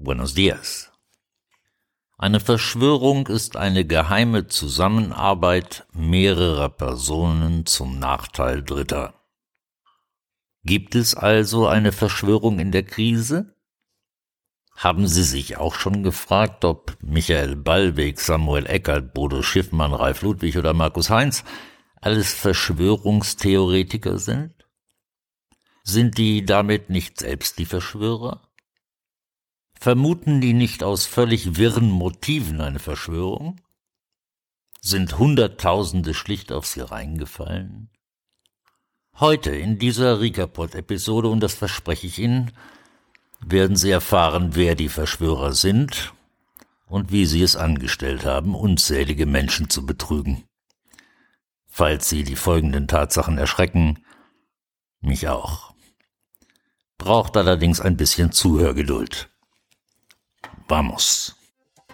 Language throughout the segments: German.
Buenos dias. Eine Verschwörung ist eine geheime Zusammenarbeit mehrerer Personen zum Nachteil Dritter. Gibt es also eine Verschwörung in der Krise? Haben Sie sich auch schon gefragt, ob Michael Ballweg, Samuel Eckert, Bodo Schiffmann, Ralf Ludwig oder Markus Heinz alles Verschwörungstheoretiker sind? Sind die damit nicht selbst die Verschwörer? Vermuten die nicht aus völlig wirren Motiven eine Verschwörung? Sind Hunderttausende schlicht auf sie reingefallen? Heute in dieser Ricapod-Episode, und das verspreche ich Ihnen, werden Sie erfahren, wer die Verschwörer sind und wie sie es angestellt haben, unzählige Menschen zu betrügen. Falls Sie die folgenden Tatsachen erschrecken, mich auch. Braucht allerdings ein bisschen Zuhörgeduld. Vamos.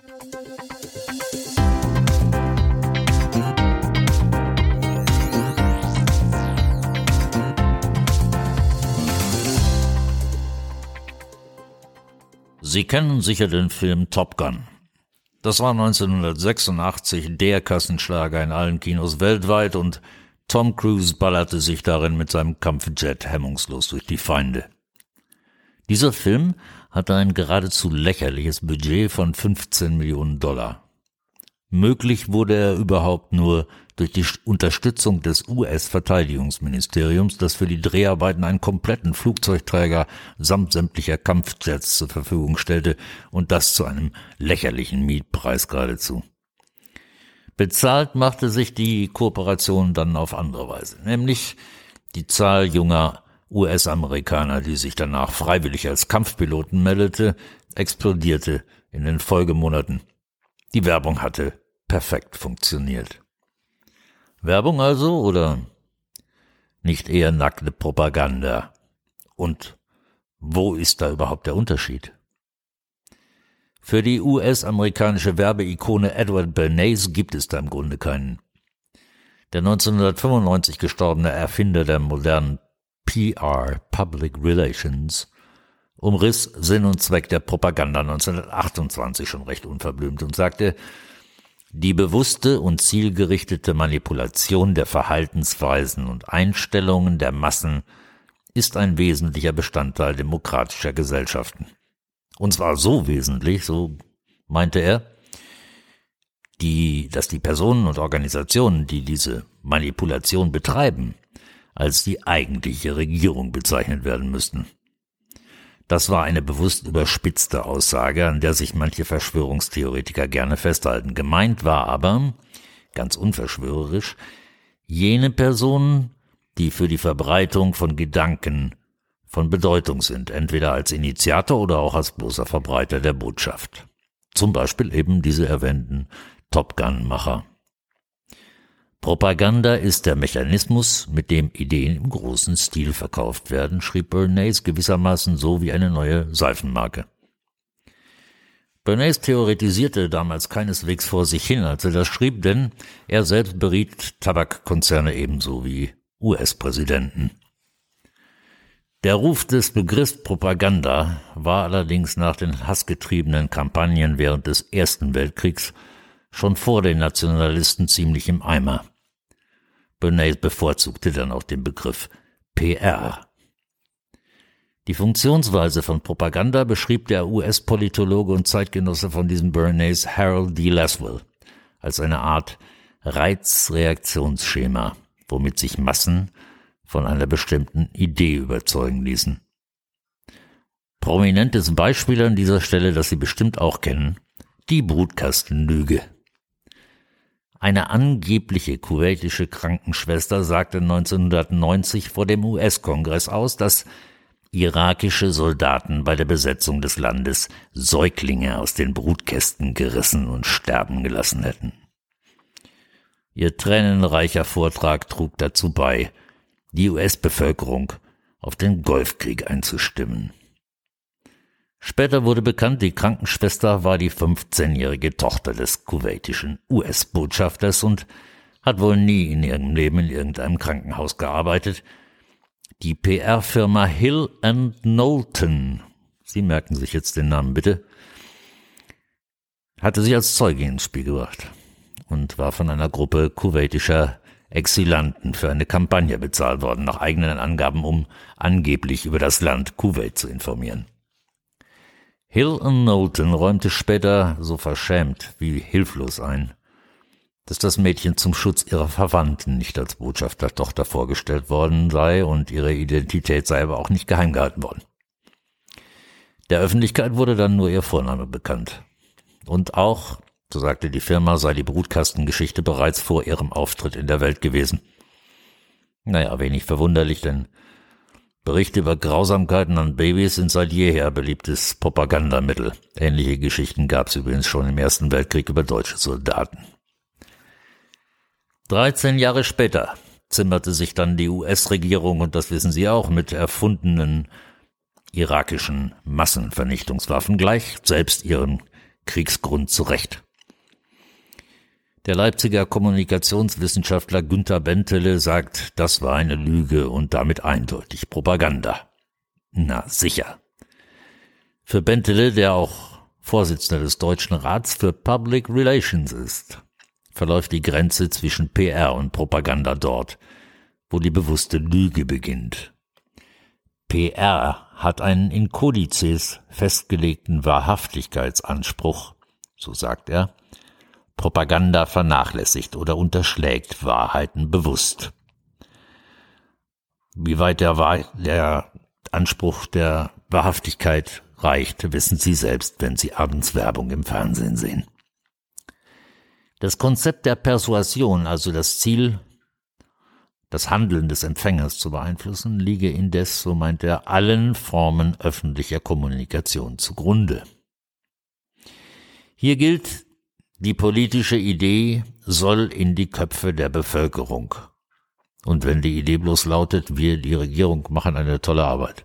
Sie kennen sicher den Film Top Gun. Das war 1986 der Kassenschlager in allen Kinos weltweit und Tom Cruise ballerte sich darin mit seinem Kampfjet hemmungslos durch die Feinde. Dieser Film hatte ein geradezu lächerliches Budget von 15 Millionen $. Möglich wurde er überhaupt nur durch die Unterstützung des US-Verteidigungsministeriums, das für die Dreharbeiten einen kompletten Flugzeugträger samt sämtlicher Kampfjets zur Verfügung stellte und das zu einem lächerlichen Mietpreis geradezu. Bezahlt machte sich die Kooperation dann auf andere Weise, nämlich die Zahl junger US-Amerikaner, die sich danach freiwillig als Kampfpiloten meldete, explodierte in den Folgemonaten. Die Werbung hatte perfekt funktioniert. Werbung also oder nicht eher nackte Propaganda? Und wo ist da überhaupt der Unterschied? Für die US-amerikanische Werbeikone Edward Bernays gibt es da im Grunde keinen. Der 1995 gestorbene Erfinder der modernen PR, Public Relations, umriss Sinn und Zweck der Propaganda 1928 schon recht unverblümt und sagte: Die bewusste und zielgerichtete Manipulation der Verhaltensweisen und Einstellungen der Massen ist ein wesentlicher Bestandteil demokratischer Gesellschaften. Und zwar so wesentlich, so meinte er, dass die Personen und Organisationen, die diese Manipulation betreiben, als die eigentliche Regierung bezeichnet werden müssten. Das war eine bewusst überspitzte Aussage, an der sich manche Verschwörungstheoretiker gerne festhalten. Gemeint war aber, ganz unverschwörerisch, jene Personen, die für die Verbreitung von Gedanken von Bedeutung sind, entweder als Initiator oder auch als bloßer Verbreiter der Botschaft. Zum Beispiel eben diese erwähnten Top Gun-Macher. Propaganda ist der Mechanismus, mit dem Ideen im großen Stil verkauft werden, schrieb Bernays gewissermaßen so wie eine neue Seifenmarke. Bernays theoretisierte damals keineswegs vor sich hin, als er das schrieb, denn er selbst beriet Tabakkonzerne ebenso wie US-Präsidenten. Der Ruf des Begriffs Propaganda war allerdings nach den hassgetriebenen Kampagnen während des Ersten Weltkriegs schon vor den Nationalisten ziemlich im Eimer. Bernays bevorzugte dann auch den Begriff PR. Die Funktionsweise von Propaganda beschrieb der US-Politologe und Zeitgenosse von diesem Bernays Harold D. Laswell als eine Art Reizreaktionsschema, womit sich Massen von einer bestimmten Idee überzeugen ließen. Prominentes Beispiel an dieser Stelle, das Sie bestimmt auch kennen: die Brutkastenlüge. Eine angebliche kuwaitische Krankenschwester sagte 1990 vor dem US-Kongress aus, dass irakische Soldaten bei der Besetzung des Landes Säuglinge aus den Brutkästen gerissen und sterben gelassen hätten. Ihr tränenreicher Vortrag trug dazu bei, die US-Bevölkerung auf den Golfkrieg einzustimmen. Später wurde bekannt, die Krankenschwester war die 15-jährige Tochter des kuwaitischen US-Botschafters und hat wohl nie in ihrem Leben in irgendeinem Krankenhaus gearbeitet. Die PR-Firma Hill & Knowlton Sie merken sich jetzt den Namen bitte, hatte sich als Zeuge ins Spiel gebracht und war von einer Gruppe kuwaitischer Exilanten für eine Kampagne bezahlt worden, nach eigenen Angaben, um angeblich über das Land Kuwait zu informieren. Hill und Knowlton räumte später so verschämt wie hilflos ein, dass das Mädchen zum Schutz ihrer Verwandten nicht als Botschaftertochter vorgestellt worden sei und ihre Identität sei aber auch nicht geheim gehalten worden. Der Öffentlichkeit wurde dann nur ihr Vorname bekannt. Und auch, so sagte die Firma, sei die Brutkastengeschichte bereits vor ihrem Auftritt in der Welt gewesen. Naja, wenig verwunderlich, denn Berichte über Grausamkeiten an Babys sind seit jeher beliebtes Propagandamittel. Ähnliche Geschichten gab es übrigens schon im Ersten Weltkrieg über deutsche Soldaten. 13 Jahre später zimmerte sich dann die US-Regierung, und das wissen Sie auch, mit erfundenen irakischen Massenvernichtungswaffen gleich selbst ihren Kriegsgrund zurecht. Der Leipziger Kommunikationswissenschaftler Günther Bentele sagt, das war eine Lüge und damit eindeutig Propaganda. Na sicher. Für Bentele, der auch Vorsitzender des Deutschen Rats für Public Relations ist, verläuft die Grenze zwischen PR und Propaganda dort, wo die bewusste Lüge beginnt. PR hat einen in Kodizes festgelegten Wahrhaftigkeitsanspruch, so sagt er. Propaganda vernachlässigt oder unterschlägt Wahrheiten bewusst. Wie weit der Anspruch der Wahrhaftigkeit reicht, wissen Sie selbst, wenn Sie abends Werbung im Fernsehen sehen. Das Konzept der Persuasion, also das Ziel, das Handeln des Empfängers zu beeinflussen, liege indes, so meint er, allen Formen öffentlicher Kommunikation zugrunde. Hier gilt, die politische Idee soll in die Köpfe der Bevölkerung. Und wenn die Idee bloß lautet, wir, die Regierung, machen eine tolle Arbeit.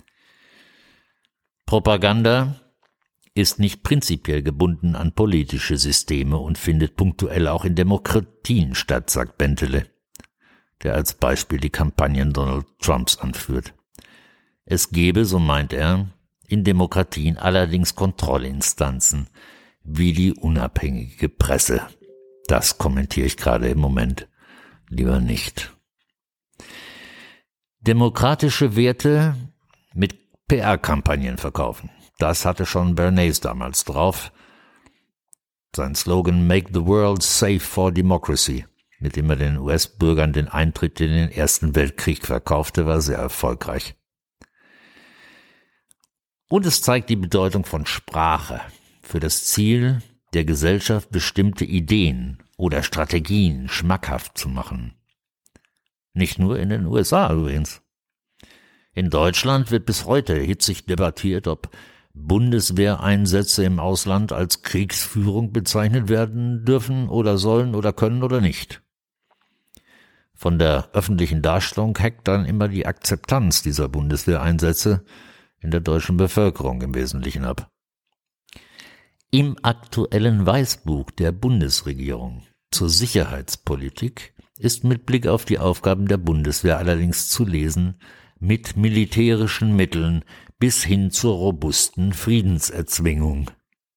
Propaganda ist nicht prinzipiell gebunden an politische Systeme und findet punktuell auch in Demokratien statt, sagt Bentele, der als Beispiel die Kampagnen Donald Trumps anführt. Es gebe, so meint er, in Demokratien allerdings Kontrollinstanzen, wie die unabhängige Presse. Das kommentiere ich gerade im Moment lieber nicht. Demokratische Werte mit PR-Kampagnen verkaufen. Das hatte schon Bernays damals drauf. Sein Slogan "Make the world safe for democracy", mit dem er den US-Bürgern den Eintritt in den Ersten Weltkrieg verkaufte, war sehr erfolgreich. Und es zeigt die Bedeutung von Sprache für das Ziel, der Gesellschaft bestimmte Ideen oder Strategien schmackhaft zu machen. Nicht nur in den USA übrigens. In Deutschland wird bis heute hitzig debattiert, ob Bundeswehreinsätze im Ausland als Kriegsführung bezeichnet werden dürfen oder sollen oder können oder nicht. Von der öffentlichen Darstellung hängt dann immer die Akzeptanz dieser Bundeswehreinsätze in der deutschen Bevölkerung im Wesentlichen ab. Im aktuellen Weißbuch der Bundesregierung zur Sicherheitspolitik ist mit Blick auf die Aufgaben der Bundeswehr allerdings zu lesen, mit militärischen Mitteln bis hin zur robusten Friedenserzwingung.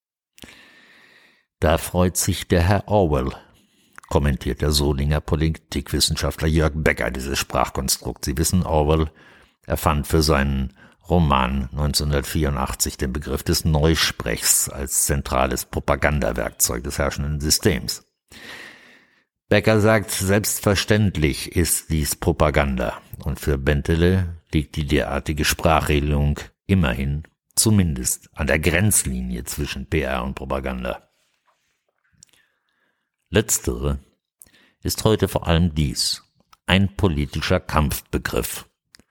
Da freut sich der Herr Orwell, kommentiert der Solinger Politikwissenschaftler Jörg Becker dieses Sprachkonstrukt. Sie wissen, Orwell erfand für seinen Roman 1984 den Begriff des Neusprechs als zentrales Propagandawerkzeug des herrschenden Systems. Becker sagt, selbstverständlich ist dies Propaganda, und für Bentele liegt die derartige Sprachregelung immerhin zumindest an der Grenzlinie zwischen PR und Propaganda. Letztere ist heute vor allem dies, ein politischer Kampfbegriff.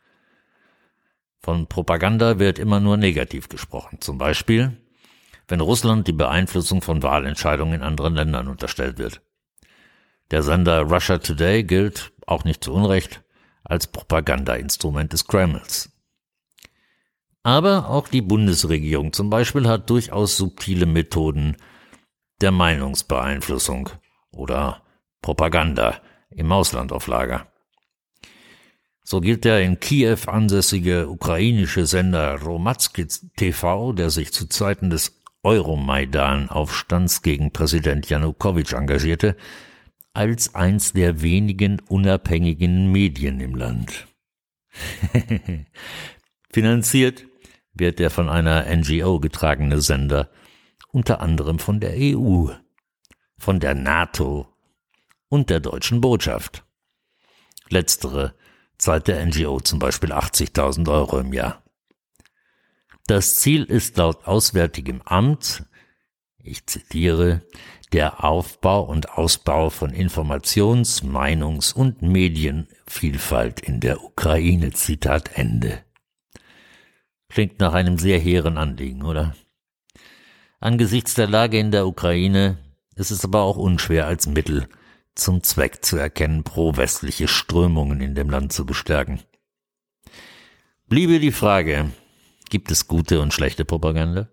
Von Propaganda wird immer nur negativ gesprochen, zum Beispiel, wenn Russland die Beeinflussung von Wahlentscheidungen in anderen Ländern unterstellt wird. Der Sender Russia Today gilt, auch nicht zu Unrecht, als Propagandainstrument des Kremls. Aber auch die Bundesregierung zum Beispiel hat durchaus subtile Methoden der Meinungsbeeinflussung oder Propaganda im Ausland auf Lager. So gilt der in Kiew ansässige ukrainische Sender Hromadske TV, der sich zu Zeiten des Euromaidan-Aufstands gegen Präsident Janukowitsch engagierte, als eins der wenigen unabhängigen Medien im Land. Finanziert wird der von einer NGO getragene Sender unter anderem von der EU, von der NATO und der deutschen Botschaft. Letztere zahlt der NGO zum Beispiel 80.000 € im Jahr. Das Ziel ist laut Auswärtigem Amt, ich zitiere, der Aufbau und Ausbau von Informations-, Meinungs- und Medienvielfalt in der Ukraine. Zitat Ende. Klingt nach einem sehr hehren Anliegen, oder? Angesichts der Lage in der Ukraine ist es aber auch unschwer, als Mittel zum Zweck zu erkennen, pro-westliche Strömungen in dem Land zu bestärken. Bliebe die Frage, gibt es gute und schlechte Propaganda?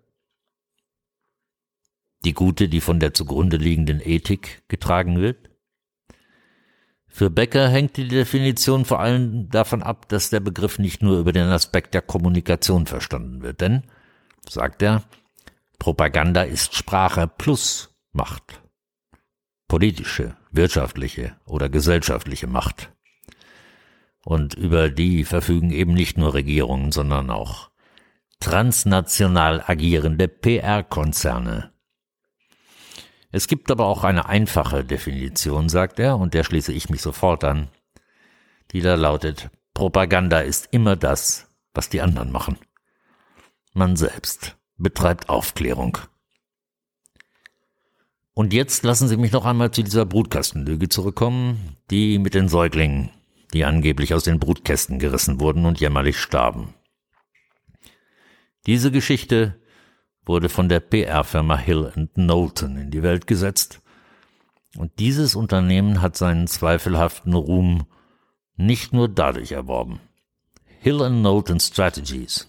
Die gute, die von der zugrunde liegenden Ethik getragen wird? Für Becker hängt die Definition vor allem davon ab, dass der Begriff nicht nur über den Aspekt der Kommunikation verstanden wird. Denn, sagt er, Propaganda ist Sprache plus Macht. Politische, wirtschaftliche oder gesellschaftliche Macht. Und über die verfügen eben nicht nur Regierungen, sondern auch transnational agierende PR-Konzerne. Es gibt aber auch eine einfache Definition, sagt er, und der schließe ich mich sofort an, die da lautet: Propaganda ist immer das, was die anderen machen. Man selbst betreibt Aufklärung. Und jetzt lassen Sie mich noch einmal zu dieser Brutkastenlüge zurückkommen, die mit den Säuglingen, die angeblich aus den Brutkästen gerissen wurden und jämmerlich starben. Diese Geschichte wurde von der PR-Firma Hill & Knowlton in die Welt gesetzt, und dieses Unternehmen hat seinen zweifelhaften Ruhm nicht nur dadurch erworben. Hill & Knowlton Strategies,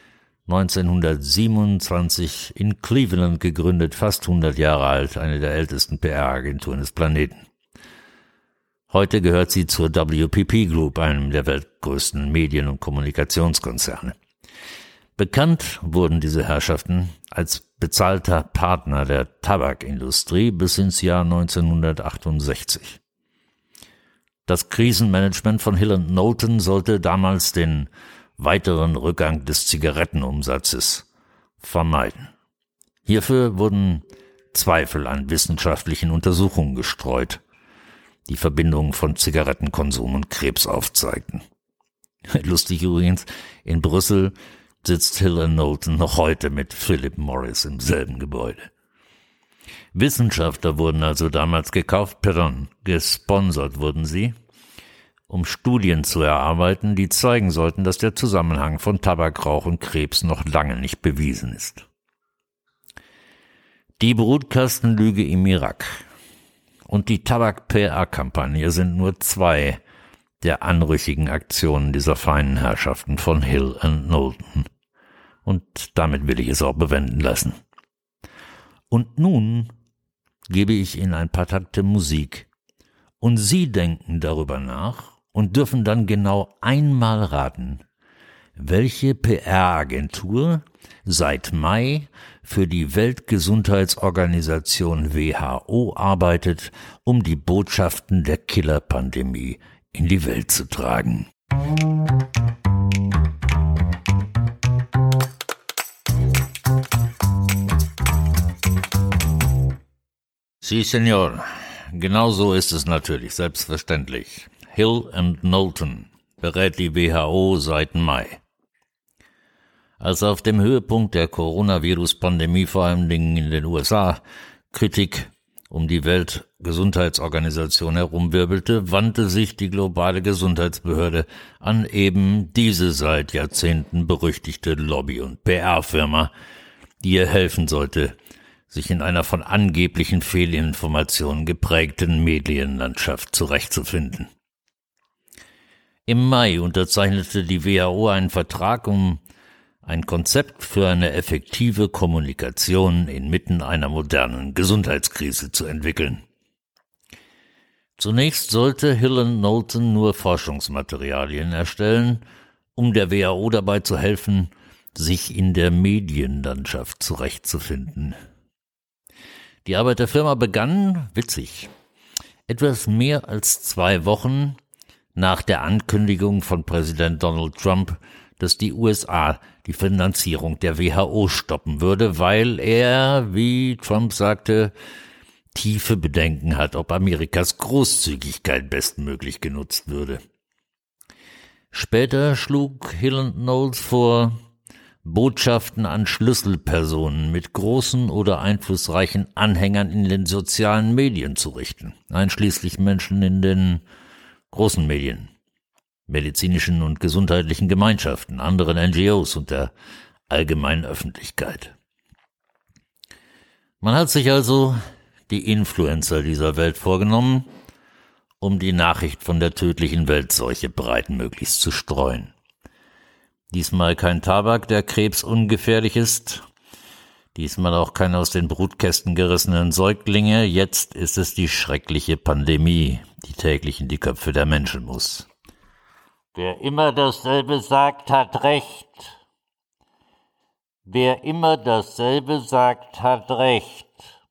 1927 in Cleveland gegründet, fast 100 Jahre alt, eine der ältesten PR-Agenturen des Planeten. Heute gehört sie zur WPP Group, einem der weltgrößten Medien- und Kommunikationskonzerne. Bekannt wurden diese Herrschaften als bezahlter Partner der Tabakindustrie bis ins Jahr 1968. Das Krisenmanagement von Hill & Knowlton sollte damals den weiteren Rückgang des Zigarettenumsatzes vermeiden. Hierfür wurden Zweifel an wissenschaftlichen Untersuchungen gestreut, die Verbindungen von Zigarettenkonsum und Krebs aufzeigten. Lustig übrigens, in Brüssel sitzt Hill & Knowlton noch heute mit Philip Morris im selben Gebäude. Wissenschaftler wurden also damals gekauft, gesponsert wurden sie, um Studien zu erarbeiten, die zeigen sollten, dass der Zusammenhang von Tabakrauch und Krebs noch lange nicht bewiesen ist. Die Brutkastenlüge im Irak und die Tabak-PR-Kampagne sind nur zwei der anrüchigen Aktionen dieser feinen Herrschaften von Hill & Knowlton. Und damit will ich es auch bewenden lassen. Und nun gebe ich Ihnen ein paar Takte Musik, und Sie denken darüber nach und dürfen dann genau einmal raten, welche PR-Agentur seit Mai für die Weltgesundheitsorganisation WHO arbeitet, um die Botschaften der Killerpandemie in die Welt zu tragen. Sí, Senor. Genau so ist es natürlich, selbstverständlich. Hill & Knowlton berät die WHO seit Mai. Als auf dem Höhepunkt der Coronavirus-Pandemie vor allen Dingen in den USA Kritik um die Weltgesundheitsorganisation herumwirbelte, wandte sich die globale Gesundheitsbehörde an eben diese seit Jahrzehnten berüchtigte Lobby- und PR-Firma, die ihr helfen sollte, sich in einer von angeblichen Fehlinformationen geprägten Medienlandschaft zurechtzufinden. Im Mai unterzeichnete die WHO einen Vertrag, um ein Konzept für eine effektive Kommunikation inmitten einer modernen Gesundheitskrise zu entwickeln. Zunächst sollte Hill und Knowlton nur Forschungsmaterialien erstellen, um der WHO dabei zu helfen, sich in der Medienlandschaft zurechtzufinden. Die Arbeit der Firma begann, witzig, etwas mehr als 2 Wochen nach der Ankündigung von Präsident Donald Trump, dass die USA die Finanzierung der WHO stoppen würde, weil er, wie Trump sagte, tiefe Bedenken hat, ob Amerikas Großzügigkeit bestmöglich genutzt würde. Später schlug Hill und Knowles vor, Botschaften an Schlüsselpersonen mit großen oder einflussreichen Anhängern in den sozialen Medien zu richten, einschließlich Menschen in den großen Medien, medizinischen und gesundheitlichen Gemeinschaften, anderen NGOs und der allgemeinen Öffentlichkeit. Man hat sich also die Influencer dieser Welt vorgenommen, um die Nachricht von der tödlichen Weltseuche breitmöglichst zu streuen. Diesmal kein Tabak, der krebsungefährlich ist. Diesmal auch kein aus den Brutkästen gerissenen Säuglinge. Jetzt ist es die schreckliche Pandemie, die täglich in die Köpfe der Menschen muss. Wer immer dasselbe sagt, hat Recht. Wer immer dasselbe sagt, hat Recht.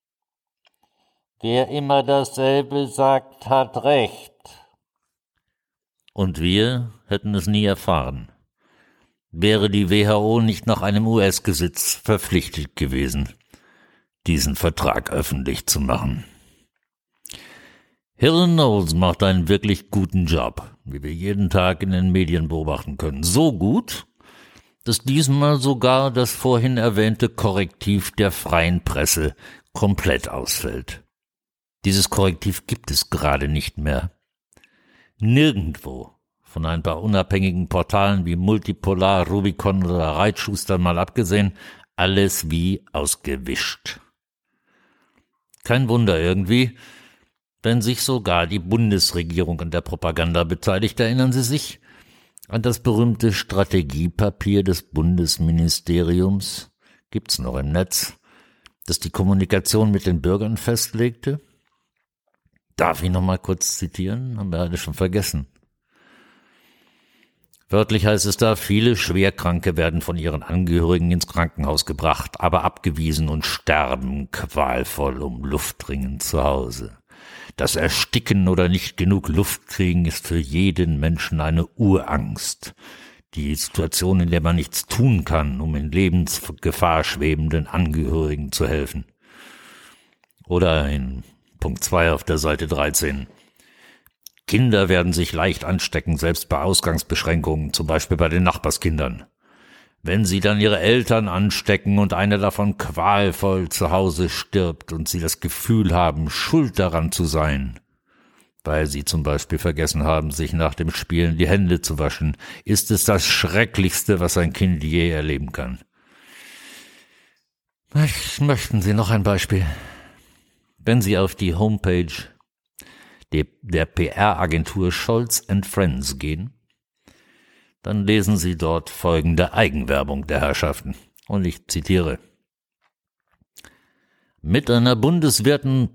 Wer immer dasselbe sagt, hat Recht. Und wir hätten es nie erfahren, wäre die WHO nicht nach einem US-Gesetz verpflichtet gewesen, diesen Vertrag öffentlich zu machen. Hill und Knowles macht einen wirklich guten Job, wie wir jeden Tag in den Medien beobachten können. So gut, dass diesmal sogar das vorhin erwähnte Korrektiv der freien Presse komplett ausfällt. Dieses Korrektiv gibt es gerade nicht mehr. Nirgendwo, von ein paar unabhängigen Portalen wie Multipolar, Rubicon oder Reitschuster mal abgesehen, alles wie ausgewischt. Kein Wunder irgendwie, wenn sich sogar die Bundesregierung an der Propaganda beteiligt. Erinnern Sie sich an das berühmte Strategiepapier des Bundesministeriums, gibt's noch im Netz, das die Kommunikation mit den Bürgern festlegte? Darf ich noch mal kurz zitieren? Haben wir alle schon vergessen. Wörtlich heißt es da, viele Schwerkranke werden von ihren Angehörigen ins Krankenhaus gebracht, aber abgewiesen und sterben qualvoll um Luft ringend zu Hause. Das Ersticken oder nicht genug Luft kriegen ist für jeden Menschen eine Urangst. Die Situation, in der man nichts tun kann, um in Lebensgefahr schwebenden Angehörigen zu helfen. Oder in Punkt 2 auf der Seite 13. Kinder werden sich leicht anstecken, selbst bei Ausgangsbeschränkungen, zum Beispiel bei den Nachbarskindern. Wenn sie dann ihre Eltern anstecken und einer davon qualvoll zu Hause stirbt und sie das Gefühl haben, schuld daran zu sein, weil sie zum Beispiel vergessen haben, sich nach dem Spielen die Hände zu waschen, ist es das Schrecklichste, was ein Kind je erleben kann. Möchten Sie noch ein Beispiel? Wenn Sie auf die Homepage der PR-Agentur Scholz & Friends gehen, dann lesen Sie dort folgende Eigenwerbung der Herrschaften. Und ich zitiere. Mit einer bundesweiten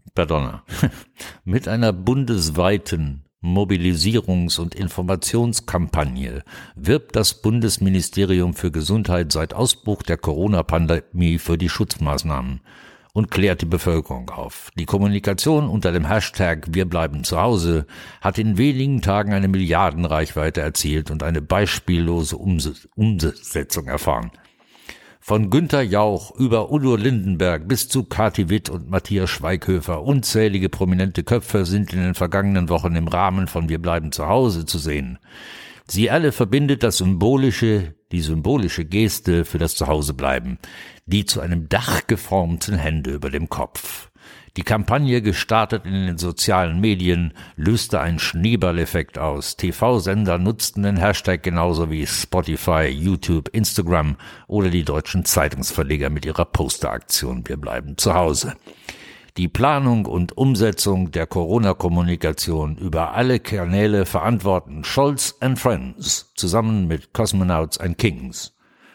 Mobilisierungs- und Informationskampagne wirbt das Bundesministerium für Gesundheit seit Ausbruch der Corona-Pandemie für die Schutzmaßnahmen und klärt die Bevölkerung auf. Die Kommunikation unter dem Hashtag Wir bleiben zu Hause hat in wenigen Tagen eine Milliardenreichweite erzielt und eine beispiellose Umsetzung erfahren. Von Günther Jauch über Udo Lindenberg bis zu Kati Witt und Matthias Schweighöfer, unzählige prominente Köpfe sind in den vergangenen Wochen im Rahmen von Wir bleiben zu Hause zu sehen. Sie alle verbindet die symbolische Geste für das Zuhausebleiben, die zu einem Dach geformten Hände über dem Kopf. Die Kampagne, gestartet in den sozialen Medien, löste einen Schneeballeffekt aus. TV-Sender nutzten den Hashtag genauso wie Spotify, YouTube, Instagram oder die deutschen Zeitungsverleger mit ihrer Posteraktion Wir bleiben zu Hause. Die Planung und Umsetzung der Corona-Kommunikation über alle Kanäle verantworten Scholz & Friends zusammen mit Cosmonauts & Kings.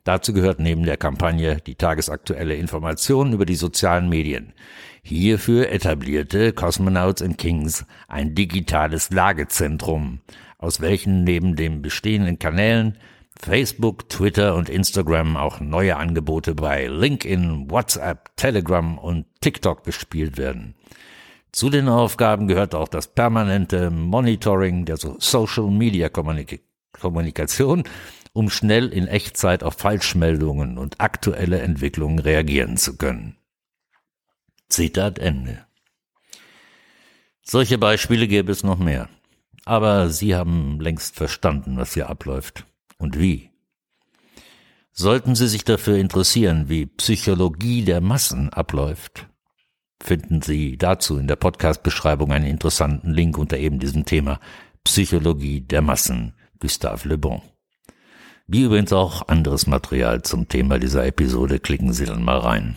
Dazu gehört neben der Kampagne die tagesaktuelle Information über die sozialen Medien. Hierfür etablierte Cosmonauts and Kings ein digitales Lagezentrum, aus welchen neben den bestehenden Kanälen Facebook, Twitter und Instagram auch neue Angebote bei LinkedIn, WhatsApp, Telegram und TikTok bespielt werden. Zu den Aufgaben gehört auch das permanente Monitoring der Social-Media-Kommunikation, um schnell in Echtzeit auf Falschmeldungen und aktuelle Entwicklungen reagieren zu können. Zitat Ende. Solche Beispiele gäbe es noch mehr. Aber Sie haben längst verstanden, was hier abläuft und wie. Sollten Sie sich dafür interessieren, wie Psychologie der Massen abläuft, finden Sie dazu in der Podcast-Beschreibung einen interessanten Link unter eben diesem Thema Psychologie der Massen, Gustave Le Bon. Wie übrigens auch anderes Material zum Thema dieser Episode, klicken Sie dann mal rein.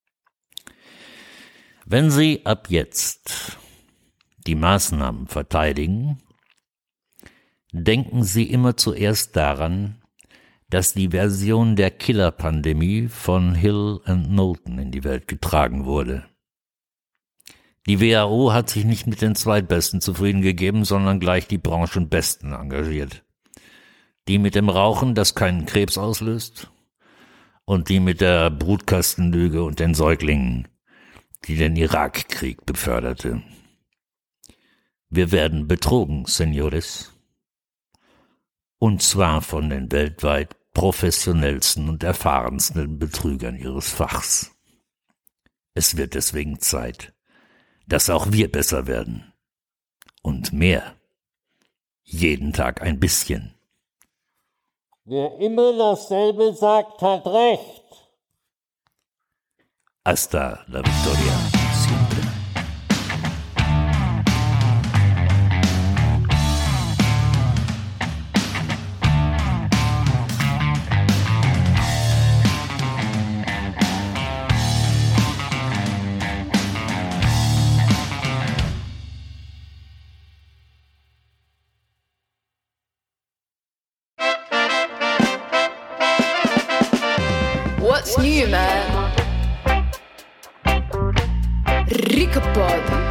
Wenn Sie ab jetzt die Maßnahmen verteidigen, denken Sie immer zuerst daran, dass die Version der Killer-Pandemie von Hill und Knowlton in die Welt getragen wurde. Die WHO hat sich nicht mit den Zweitbesten zufrieden gegeben, sondern gleich die Branchenbesten engagiert. Die mit dem Rauchen, das keinen Krebs auslöst, und die mit der Brutkastenlüge und den Säuglingen, die den Irakkrieg beförderte. Wir werden betrogen, Señores. Und zwar von den weltweit professionellsten und erfahrensten Betrügern ihres Fachs. Es wird deswegen Zeit, dass auch wir besser werden. Und mehr. Jeden Tag ein bisschen. Wer immer dasselbe sagt, hat recht. Hasta la victoria siempre. What's new, man? Rikapod.